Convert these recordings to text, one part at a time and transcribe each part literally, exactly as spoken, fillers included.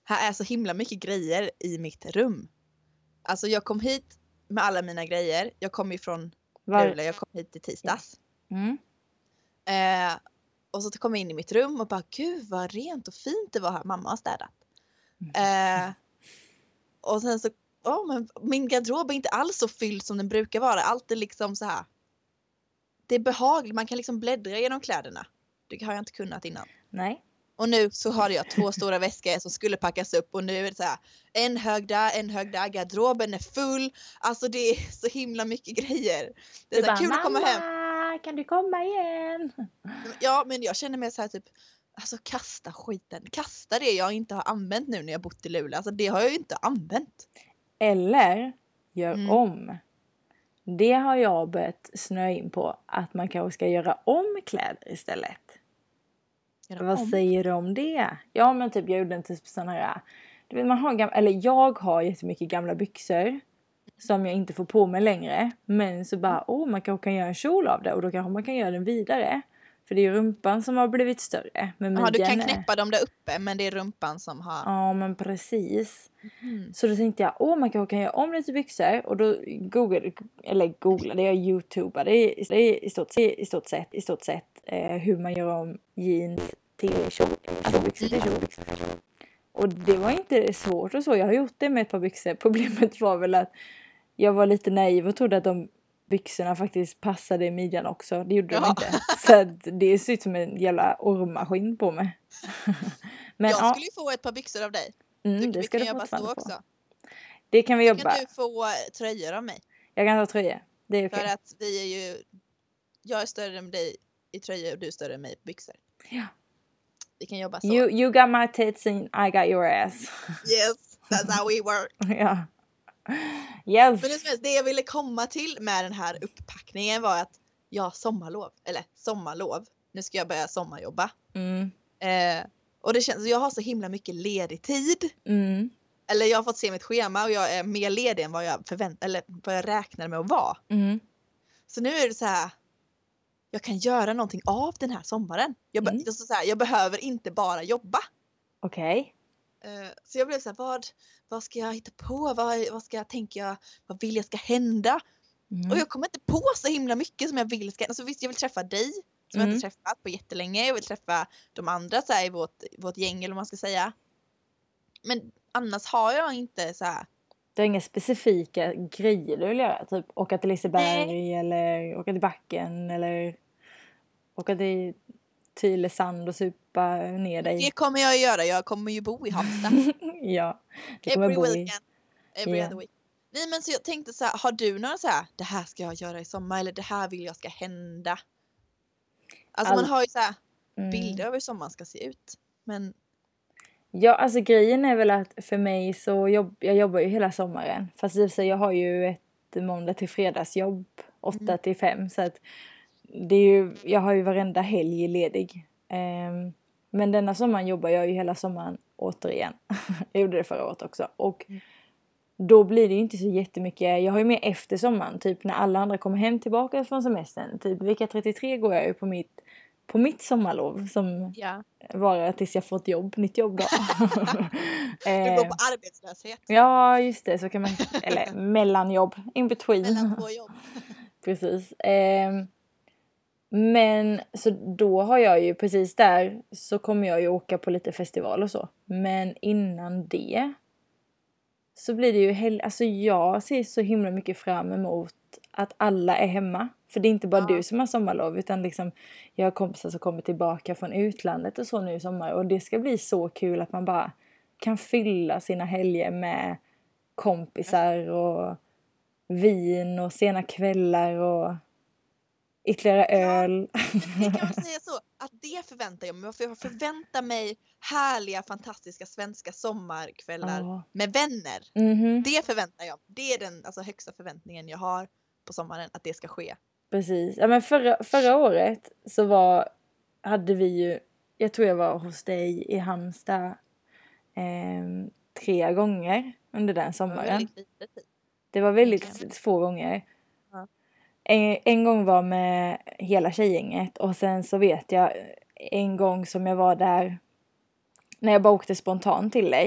här är så himla mycket grejer i mitt rum. Alltså jag kom hit med alla mina grejer. Jag kom ifrån Var... Luleå, jag kom hit i tisdags. Mm. Eh, och så kom jag in i mitt rum och bara, gud vad rent och fint det var här. Mamma har städat. Eh, och sen så, oh, men min garderob är inte alls så fylld som den brukar vara. Allt är liksom så här. Det är behagligt, man kan liksom bläddra genom kläderna. Det har jag inte kunnat innan. Nej. Och nu så har jag två stora väskor som skulle packas upp. Och nu är det så här, en hög där, en hög där. Garderoben är full. Alltså det är så himla mycket grejer. Det är du så bara, kul att komma hem. Mamma, kan du komma igen? Ja, men jag känner mig så här typ, alltså kasta skiten. Kasta det jag inte har använt nu när jag bott i Luleå. Alltså det har jag ju inte använt. Eller gör Mm. om. Det har jag börjat snöa in på. Att man kanske ska göra om kläder istället. Göra Vad om. säger du om det? Ja, men typ jag gjorde en typ sån här. Du vet, man har gamla, eller jag har jättemycket gamla byxor. Som jag inte får på mig längre. Men så bara, åh, man kanske kan göra en kjol av det. Och då kanske man kan göra den vidare. För det är ju rumpan som har blivit större. Men Ja, du kan är... knäppa dem där uppe. Men det är rumpan som har... Ja, men precis. Mm. Så då tänkte jag, åh, man kanske kan göra om lite byxor. Och då googlade, eller googlade jag YouTubade. Det är, det är i, stort, i stort sett, i stort sett eh, hur man gör om jeans till kjol. Alltså byxor till kjol. Och det var inte svårt och så. Jag har gjort det med ett par byxor. Problemet var väl att jag var lite naiv och trodde att de byxorna faktiskt passade i midjan också. Det gjorde Ja. de inte. Så att det ser ut som en jävla ormmaskin på mig. Men, jag ja. skulle ju få ett par byxor av dig. Mm, du, det vi ska kan du jobba så få. också. Det kan vi så jobba. kan du få tröjor av mig. Jag kan ta tröjor. Det är okej. För att vi är ju... Jag är större än dig i tröjor och du är större än mig i byxor. Ja. Vi kan jobba så. You, you got my tits and I got your ass. Yes, that's how we work. Ja. Yes. Men det, det jag ville komma till med den här upppackningen var att jag har sommarlov. Eller sommarlov. Nu ska jag börja sommarjobba. Mm. Eh, och det känns, jag har så himla mycket ledig tid. Mm. Eller jag har fått se mitt schema och jag är mer ledig än vad jag förvänt, eller vad jag räknar med att vara. Mm. Så nu är det så här. Jag kan göra någonting av den här sommaren. Jag, be- Mm. så så här, jag behöver inte bara jobba. Okej. Uh, så jag blev så här, vad, vad ska jag hitta på? Vad, vad ska jag tänka? Vad vill jag ska hända? Mm. Och jag kommer inte på så himla mycket som jag vill ska hända. Så visst, jag vill träffa dig. Som Mm. jag inte träffat på jättelänge. Jag vill träffa de andra så här, i vårt, vårt gäng eller vad man ska säga. Men annars har jag inte så här. Du har inga specifika grejer du vill göra? Typ åka till Liseberg Nej. Eller åka till Backen eller åka till Tylösand och supa ner dig. Det kommer jag att göra. Jag kommer ju bo i Halmstad. Ja, du kommer Every bo weekend. i... Every Ja. other week. Nej, men så jag tänkte så här, har du några så här, det här ska jag göra i sommar eller det här vill jag ska hända? Alltså All... man har ju så här mm. bilder av hur sommaren ska se ut. Men ja, alltså grejen är väl att för mig så jobb, jag jobbar ju hela sommaren. Fast det så jag har ju ett måndag till fredagsjobb åtta mm. till fem så att det är ju, jag har ju varenda helg ledig. Um, men denna sommaren jobbar jag ju hela sommaren återigen. Jag gjorde det förra året också. Och mm. då blir det ju inte så jättemycket. Jag har ju mer efter sommaren. Typ när alla andra kommer hem tillbaka från semestern. Typ vecka trettiotre går jag ju på mitt, på mitt sommarlov. Som ja. varar tills jag får ett jobb. Nytt jobb då. Du går på arbetslöshet. Ja, just det. Så kan man, eller mellanjobb. In between. Mellan två jobb. Precis. Eh, men så då har jag ju precis där så kommer jag ju åka på lite festival och så. Men innan det så blir det ju hel- alltså jag ser så himla mycket fram emot att alla är hemma. För det är inte bara ja. du som har sommarlov utan liksom jag har kompisar som kommer tillbaka från utlandet och så nu i sommar. Och det ska bli så kul att man bara kan fylla sina helger med kompisar och vin och sena kvällar och ytterligare öl. Ja, det kan man säga så. Att det förväntar jag mig. För jag förväntar mig härliga, fantastiska svenska sommarkvällar oh. med vänner. Mm-hmm. Det förväntar jag. Det är den alltså, högsta förväntningen jag har på sommaren. Att det ska ske. Precis. Ja, men förra, förra året så var, hade vi ju, jag tror jag var hos dig i Halmstad eh, tre gånger under den sommaren. Det var väldigt lite tid. Det var väldigt få gånger. En, en gång var med hela tjejgänget och sen så vet jag en gång som jag var där när jag bara åkte spontant till dig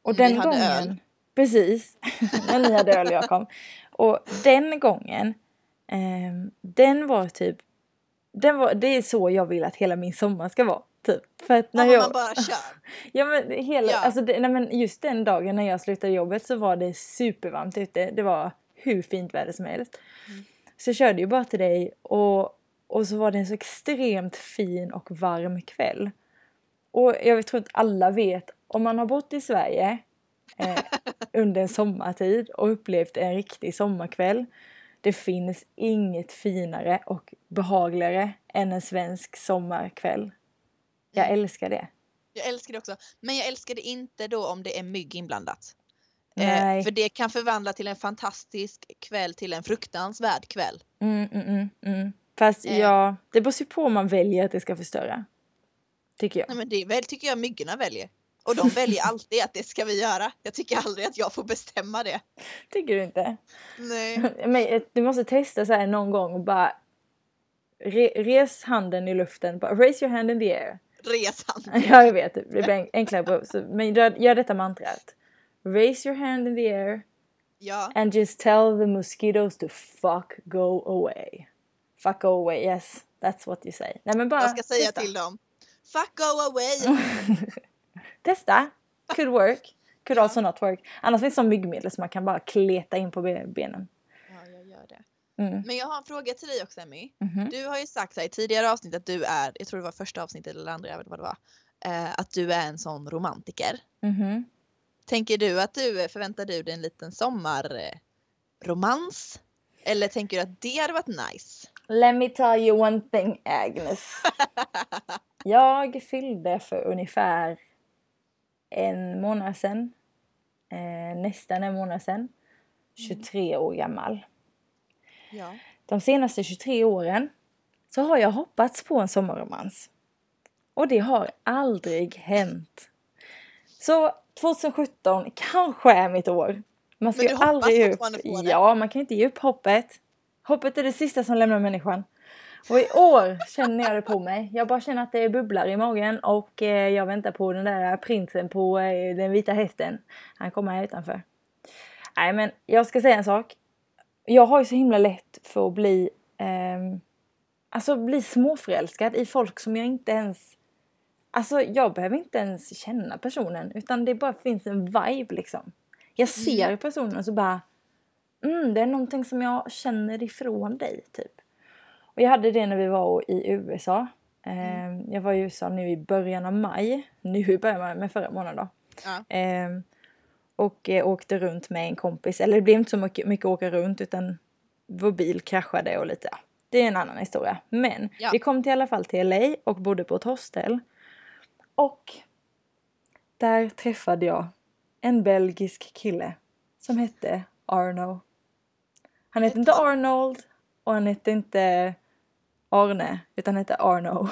Och Vi den hade gången, öl. precis, när ni hade öl och jag kom. Och den gången, eh, den var typ, den var, det är så jag vill att hela min sommar ska vara. Typ. För att när Ja, jag, man bara kör. ja, men hela, Ja. alltså det, nej, men just den dagen när jag slutade jobbet så var det supervarmt ute. Det var hur fint väder som helst. Mm. Så jag körde ju bara till dig och, och så var det en så extremt fin och varm kväll. Och jag tror att alla vet, om man har bott i Sverige eh, under en sommartid och upplevt en riktig sommarkväll. Det finns inget finare och behagligare än en svensk sommarkväll. Jag Mm. älskar det. Jag älskar det också. Men jag älskar det inte då om det är mygg inblandat. Nej. Eh, för det kan förvandla till en fantastisk kväll till en fruktansvärd kväll. Mm, mm, mm, mm. Fast Eh. ja, det beror ju på om man väljer att det ska förstöra. Tycker jag. Nej, men det väl, tycker jag myggorna väljer. Och de väljer alltid att det ska vi göra. Jag tycker aldrig att jag får bestämma det. Tycker du inte? Nej. Men du måste testa så här någon gång och bara re, res handen i luften. Bara, raise your hand in the air. Res handen. Ja, jag vet. Det blir enklare på. Så, men gör, gör detta mantrat. Raise your hand in the air. Ja. And just tell the mosquitoes to fuck go away. Fuck go away, yes. That's what you say. Nej, men bara Jag ska säga testa. till dem. Fuck go away. Testa. Could work. Could also not work. Annars finns det som myggmedel som man kan bara kleta in på benen. Ja, jag gör det. Mm. Men jag har en fråga till dig också, Emmy. Mm-hmm. Du har ju sagt här i tidigare avsnitt att du är, jag tror det var första avsnittet eller andra, jag vet inte vad det var. Eh, att du är en sån romantiker. Mm-hmm. Tänker du att du, förväntar du dig en liten sommarromans? Eller tänker du att det hade varit nice? Let me tell you one thing, Agnes. Jag fyllde för ungefär en månad sedan. Eh, nästan en månad sedan. tjugotre år gammal. Ja. De senaste tjugotre åren så har jag hoppats på en sommarromans. Och det har aldrig hänt. Så tjugohundrasjutton kanske är mitt år. Man ska Men du ju hoppas aldrig ge upp. fortfarande på det? Ja, man kan inte ge upp hoppet. Hoppet är det sista som lämnar människan. Och i år känner jag det på mig. Jag bara känner att det bubblar i magen. Och eh, jag väntar på den där prinsen på eh, den vita hästen. Han kommer här utanför. Nej, men jag ska säga en sak. Jag har ju så himla lätt för att bli... Eh, alltså bli småförälskad i folk som jag inte ens... Alltså jag behöver inte ens känna personen. Utan det bara finns en vibe liksom. Jag ser mm. personen och så bara... Mm, det är någonting som jag känner ifrån dig typ. Och jag hade det när vi var i U S A. Mm. Eh, jag var i U S A nu i början av maj. Nu i början av maj, men förra månaden då. Ja. Eh, och eh, åkte runt med en kompis. Eller det blev inte så mycket, mycket åka runt utan vår bil kraschade och lite. Det är en annan historia. Men ja. vi kom till i alla fall till L A och bodde på ett hostel. Och där träffade jag en belgisk kille som hette Arno. Han hette inte Arnold och han hette inte Arne utan hette Arno.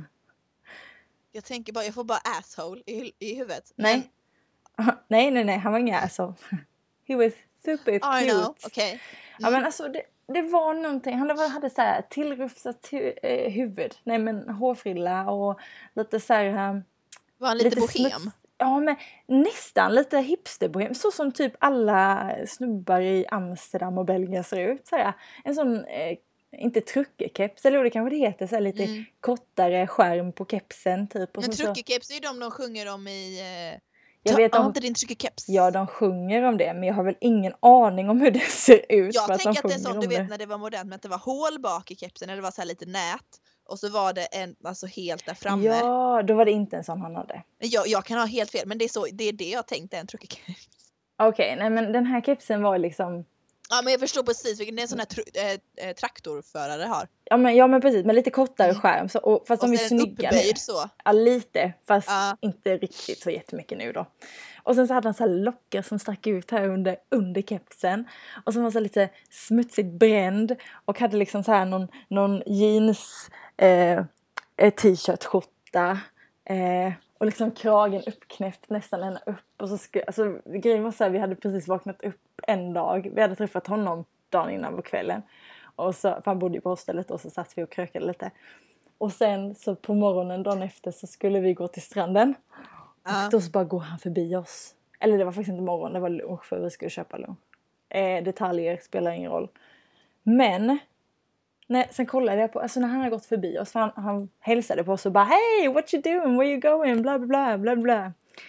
Jag tänker bara, jag får bara asshole i, i huvudet. Nej. Men... nej, nej, nej, han var ingen asshole. He was super cute. Arno, okej. Okay. Mm. Ja, men alltså det, det var någonting, han hade så här tillrufsat hu- eh, huvud. Nej, men hårfrilla och lite så här... Var han lite, lite bohem? Smuts... Ja, men nästan lite hipsterbohem. Så som typ alla snubbar i Amsterdam och Belgien ser ut. Så här. En sån, eh, inte truckerkeps, eller det kanske det heter. Så här, lite mm. kortare skärm på kepsen. Typ. Och men så, truckerkeps är ju de de sjunger om i... Eh... Jag vet Ta om... inte din truckerkeps. Ja, de sjunger om det. Men jag har väl ingen aning om hur det ser ut. Jag för tänker att, de att det är som du vet det. när det var modernt. Men att det var hål bak i kepsen. När det var så här lite nät. Och så var det en, alltså helt där framme. Ja, då var det inte en sån han hade. Jag, jag kan ha helt fel, men det är, så, det, är det jag tänkte en truckerkeps. Okej, okay, nej men den här kepsen var liksom... Ja, men jag förstår precis vilken det är en sån här tr- äh, traktorförare har. Ja men, ja, men precis, med lite kortare mm. skärm. Så, och, fast och de är, är snygga nu. Så. Ja, lite, fast ja. inte riktigt så jättemycket nu då. Och sen så hade han så här lockar som stack ut här under, under kepsen. Och så var så lite smutsigt bränd. Och hade liksom så här någon, någon jeans... Eh, t-shirt-skjorta eh, och liksom kragen uppknäppt nästan ända upp och så skulle, alltså grejen var så här, vi hade precis vaknat upp en dag, vi hade träffat honom dagen innan på kvällen och så, för han bodde ju på hostellet och så satt vi och krökade lite och sen så på morgonen dagen efter så skulle vi gå till stranden uh. och då så bara går han förbi oss Eller det var faktiskt inte morgon, det var lunch för vi skulle köpa lunch. Eh, detaljer spelar ingen roll. Men nej, sen kollade jag på, alltså när han har gått förbi oss, han, han hälsade på oss och bara hey, what you doing, where you going, bla bla bla bla bla.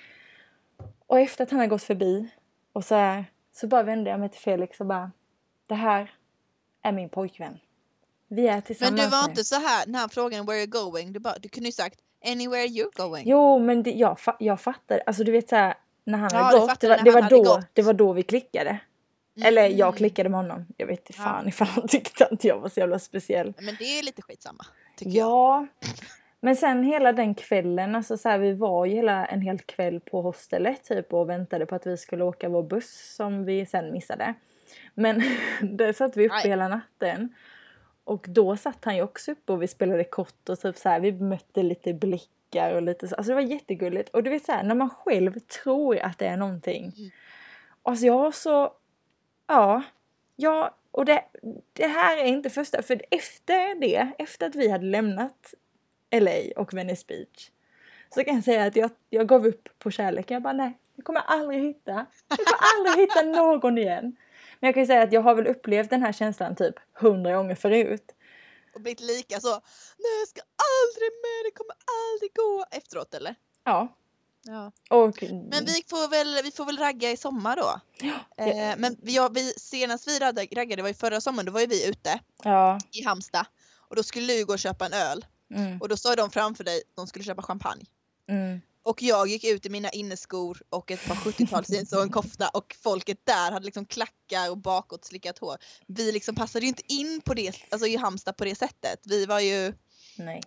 Och efter att han har gått förbi och så här, så bara vände jag mig till Felix och bara, det här är min pojkvän. Vi är tillsammans. Men du var nu. inte så här, den här frågan where you going, du, bara, du kunde ju sagt anywhere you're going. Jo, men det, jag, fa- jag fattar, alltså du vet så här, när han Ja, hade du gått, fattar det var, när det, han var hade då, gått. det var då vi klickade. Mm. Eller jag klickade med honom. Jag vet inte fan Ja. ifall han tyckte att jag var så jävla speciell. Men det är lite skitsamma, tycker jag. Ja, men sen hela den kvällen, alltså så här, vi var ju hela en hel kväll på hostelet typ och väntade på att vi skulle åka vår buss som vi sen missade. Men där satt vi uppe Aj. hela natten. Och då satt han ju också uppe och vi spelade kort och typ så här, vi mötte lite blickar och lite så. Alltså det var jättegulligt. Och du vet så här, när man själv tror att det är någonting. Mm. Alltså jag var så, ja, ja, och det, det här är inte första, för efter det, efter att vi hade lämnat L A och Venice Beach, så kan jag säga att jag, jag gav upp på kärleken. Jag bara, nej, jag kommer aldrig hitta, jag kommer aldrig hitta någon igen. Men jag kan ju säga att jag har väl upplevt den här känslan typ hundra gånger förut. Och blivit lika så, nej jag ska aldrig med, det kommer aldrig gå efteråt eller? Ja. Ja. Och, Men vi får väl, vi får väl ragga i sommar då. Ja. Eh, men vi, ja, vi, senast vi raggade var ju förra sommaren, då var ju vi ute Ja. i Halmstad. Och då skulle du gå och köpa en öl. Mm. Och då sa de framför dig att de skulle köpa champagne. Mm. Och jag gick ut i mina inneskor och ett par sjuttiotalsjeans och en kofta. Och folket där hade liksom klackar och bakåt slickat hår. Vi liksom passade ju inte in på det, alltså i Halmstad på det sättet. Vi var ju... Nej.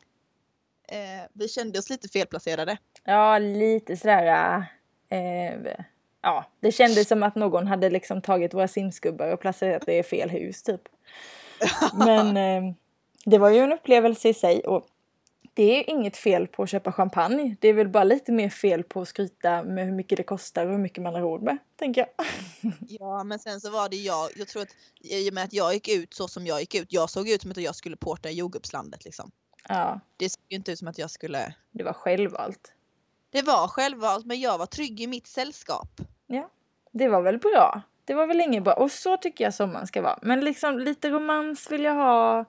Eh, vi kände oss lite felplacerade. Ja, lite sådär. Eh, ja, det kändes som att någon hade liksom tagit våra simskubbar och placerat det i fel hus typ. Men eh, det var ju en upplevelse i sig. Och det är ju inget fel på att köpa champagne. Det är väl bara lite mer fel på att skryta med hur mycket det kostar och hur mycket man har råd med, tänker jag. Ja, men sen så var det jag. Jag tror att i och med att jag gick ut så som jag gick ut. Jag såg ut som att jag skulle porta i jordgubbslandet liksom. Ja, Det såg ju inte ut som att jag skulle... det var självvalt. Det var självvalt, men jag var trygg i mitt sällskap. Ja, det var väl bra. Det var väl inget bra. Och så tycker jag sommaren ska vara. Men liksom lite romans vill jag ha.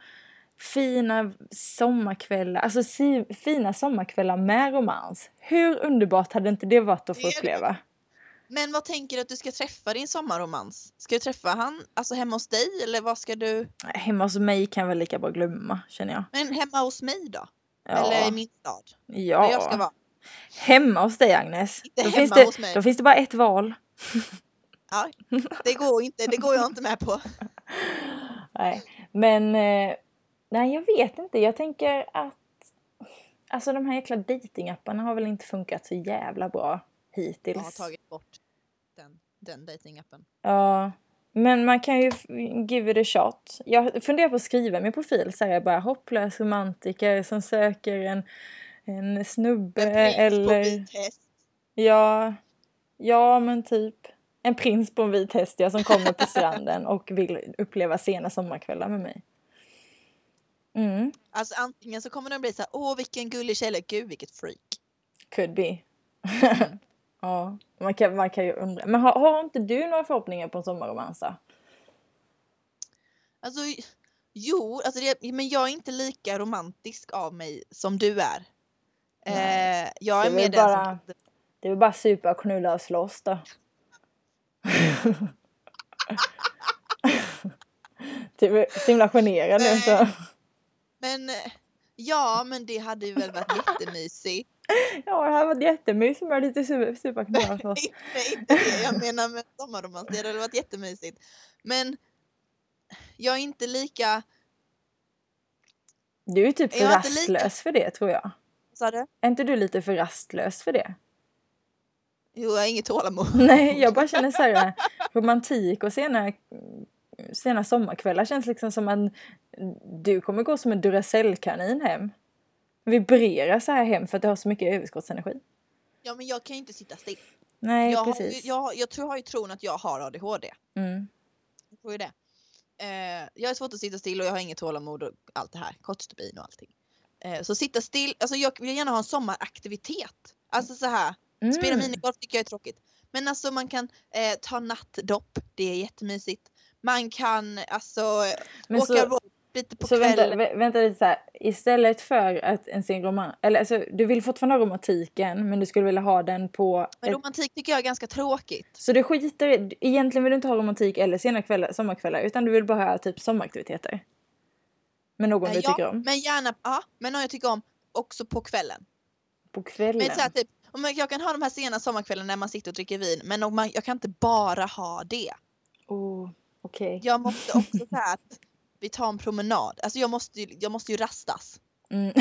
Fina sommarkvällar. Alltså si, fina sommarkvällar med romans. Hur underbart hade inte det varit att få Det är- uppleva? Men vad tänker du att du ska träffa din sommarromans? Ska du träffa han alltså hemma hos dig eller vad ska du? Nej, hemma hos mig kan jag väl lika bra glömma, känner jag. Men hemma hos mig då? Ja. Eller i min stad? Ja. Där jag ska vara. Hemma hos dig, Agnes. Inte Då hemma finns, det, hos mig. då finns det bara ett val. Ja, det går inte. Det går jag inte med på. Nej, men eh, nej, jag vet inte. Jag tänker att alltså de här jäkla datingapparna har väl inte funkat så jävla bra hittills. Jag har tagit bort den, den datingappen. Ja, men man kan ju f- give it a shot. Jag funderar på att skriva min profil så här, jag bara hopplös romantiker som söker en, en snubbe En prins på eller vit häst. ja, ja men typ en prins på en vit häst ja, som kommer på stranden och vill uppleva sena sommarkvällar med mig. Mm, Alltså antingen så kommer de bli så här, åh vilken gullig tjej, gud vilket freak. could be. Ja, man kan, man kan ju undra. Men har, har inte du några förhoppningar på en sommarromansa? Alltså jo, alltså det, men jag är inte lika romantisk av mig som du är. Nej. Eh, jag Det är är mer väl den bara- som... Det är väl bara supa, knulla och slåss då. Typ så himla generad nu så. Men eh, ja, men det hade ju väl varit jättemysigt. Ja, det här var jättemysigt med lite supa, supa knulla och slåss. Nej, inte det jag menar med sommarromans. Det hade varit jättemysigt. Men jag är inte lika... Du är typ för Jag är inte lika- rastlös för det, tror jag. Sa du? Är inte du lite för rastlös för det? Jo, jag har inget tålamod. Nej, jag bara känner så här romantik och sena, sena sommarkvällar känns liksom som att du kommer gå som en Duracell-kanin hem. Vibrerar så här hem för att du har så mycket överskottsenergi. Ja, men jag kan ju inte sitta still. Nej, Jag, har, ju- precis. jag, jag tror jag har ju tron att jag har A D H D. Mm. Jag tror ju det. Eh, jag har svårt att sitta still och jag har inget tålamod och allt det här. Kortstubin och allting. Eh, så sitta still, alltså jag vill gärna ha en sommaraktivitet. Alltså så här. Spela Mm. minigolf tycker jag är tråkigt. Men alltså man kan eh, ta nattdopp, det är jättemysigt. Man kan alltså Men åka så- lite på Så kvällen. vänta, vä- vänta lite så här. Istället för att en se en roman... Eller alltså, du vill fortfarande ha romantiken, men du skulle vilja ha den på... Men Ett, romantik tycker jag är ganska tråkigt. så du skiter i- Egentligen vill du inte ha romantik eller sena kvällar, sommarkvällar, utan du vill bara ha typ sommaraktiviteter. Med någon Eh, du ja, tycker om. men gärna, ja, men någon jag tycker om också på kvällen. På kvällen. Men så här, typ, om jag, jag kan ha de här sena sommarkvällarna när man sitter och dricker vin, men om man, jag kan inte bara ha det. Oh, okej. Jag måste också så här att vi tar en promenad. Alltså jag måste ju, jag måste ju rastas. Mm.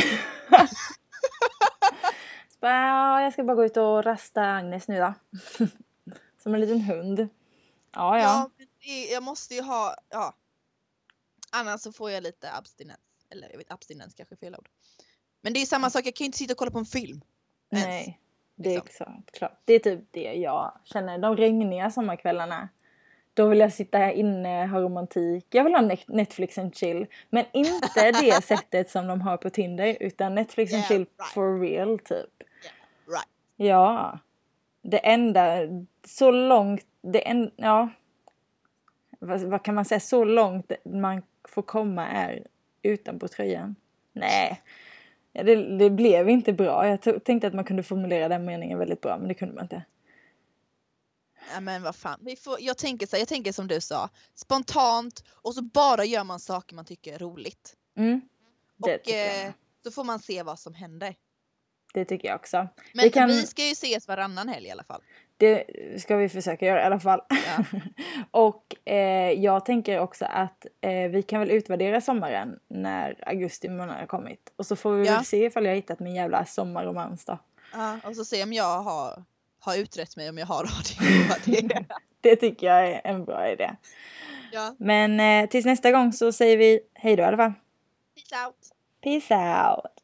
Så bara, ja, jag ska bara gå ut och rasta Agnes nu då. Som en liten hund. Ja, ja. Ja, men det, jag måste ju ha, ja. Annars så får jag lite abstinens. Eller jag vet, abstinens kanske är fel ord. Men det är samma sak, jag kan ju inte sitta och kolla på en film. ens. Nej, det är liksom. klart, klart. Det är typ det jag känner. De regniga sommarkvällarna. Då vill jag sitta här inne, ha romantik. Jag vill ha ne- Netflix and chill. Men inte det sättet som de har på Tinder. Utan Netflix and Yeah, chill right. for real typ. Right. Ja. Det enda, så långt, det en, ja. Vad, vad kan man säga? Så långt man får komma är utanpå tröjan. Nej. Ja, det, det blev inte bra. Jag t- tänkte att man kunde formulera den meningen väldigt bra. Men det kunde man inte. Ja, men vad fan. Vi får, jag, tänker så här, jag tänker som du sa. Spontant. Och så bara gör man saker man tycker är roligt. Mm. Det Och tycker jag. eh, så får man se vad som händer. Det tycker jag också. Men Vi kan- vi ska ju ses varannan helg i alla fall. Det ska vi försöka göra i alla fall. Ja. Och eh, jag tänker också att eh, vi kan väl utvärdera sommaren när augusti månad har kommit. Och så får vi Ja. väl se ifall jag har hittat min jävla sommarromans då. Ja, och så se om jag har, har utrett mig om jag har A D H D. Det tycker jag är en bra idé. Ja. Men eh, tills nästa gång så säger vi hej då i alla fall. Peace out. Peace out!